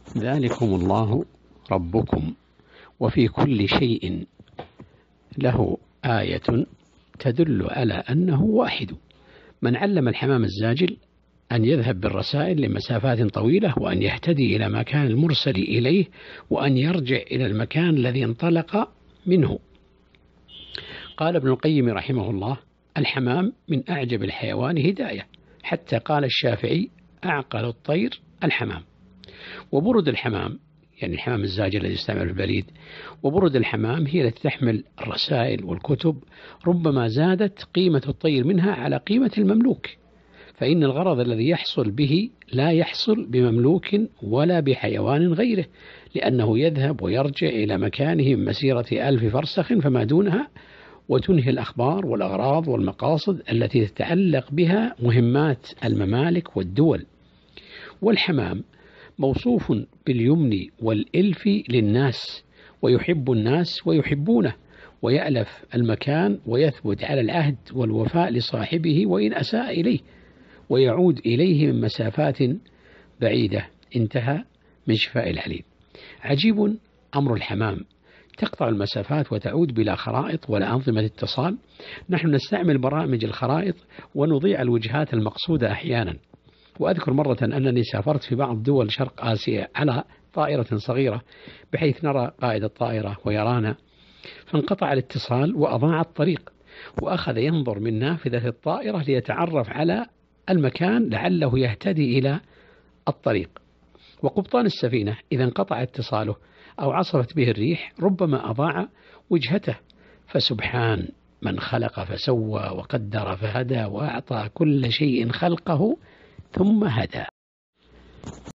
ذلكم الله ربكم وفي كل شيء له آية تدل على أنه واحد. من علم الحمام الزاجل أن يذهب بالرسائل لمسافات طويلة، وأن يهتدي إلى مكان المرسل إليه، وأن يرجع إلى المكان الذي انطلق منه. قال ابن القيم رحمه الله: الحمام من أعجب الحيوان هداية، حتى قال الشافعي: أعقل الطير الحمام. وبرد الحمام، يعني الحمام الزاجل الذي يستعمل في البريد، وبرد الحمام هي التي تحمل الرسائل والكتب، ربما زادت قيمة الطير منها على قيمة المملوك، فإن الغرض الذي يحصل به لا يحصل بمملوك ولا بحيوان غيره، لأنه يذهب ويرجع إلى مكانه من مسيرة 1000 فرسخ فما دونها، وتنهي الأخبار والأغراض والمقاصد التي تتعلق بها مهمات الممالك والدول. والحمام موصوف باليمن والإلف للناس، ويحب الناس ويحبونه، ويألف المكان، ويثبت على العهد والوفاء لصاحبه وإن أساء إليه، ويعود إليه من مسافات بعيدة. انتهى من شفاء العليل. عجيب أمر الحمام، تقطع المسافات وتعود بلا خرائط ولا أنظمة اتصال. نحن نستعمل برامج الخرائط ونضيع الوجهات المقصودة أحيانا. وأذكر مرة أنني سافرت في بعض دول شرق آسيا على طائرة صغيرة، بحيث نرى قائد الطائرة ويرانا، فانقطع الاتصال وأضاع الطريق، وأخذ ينظر من نافذة الطائرة ليتعرف على المكان لعله يهتدي إلى الطريق. وقبطان السفينة إذا انقطع اتصاله أو عصفت به الريح ربما أضاع وجهته. فسبحان من خلق فسوى وقدر فهدى، وأعطى كل شيء خلقه ثم هدى.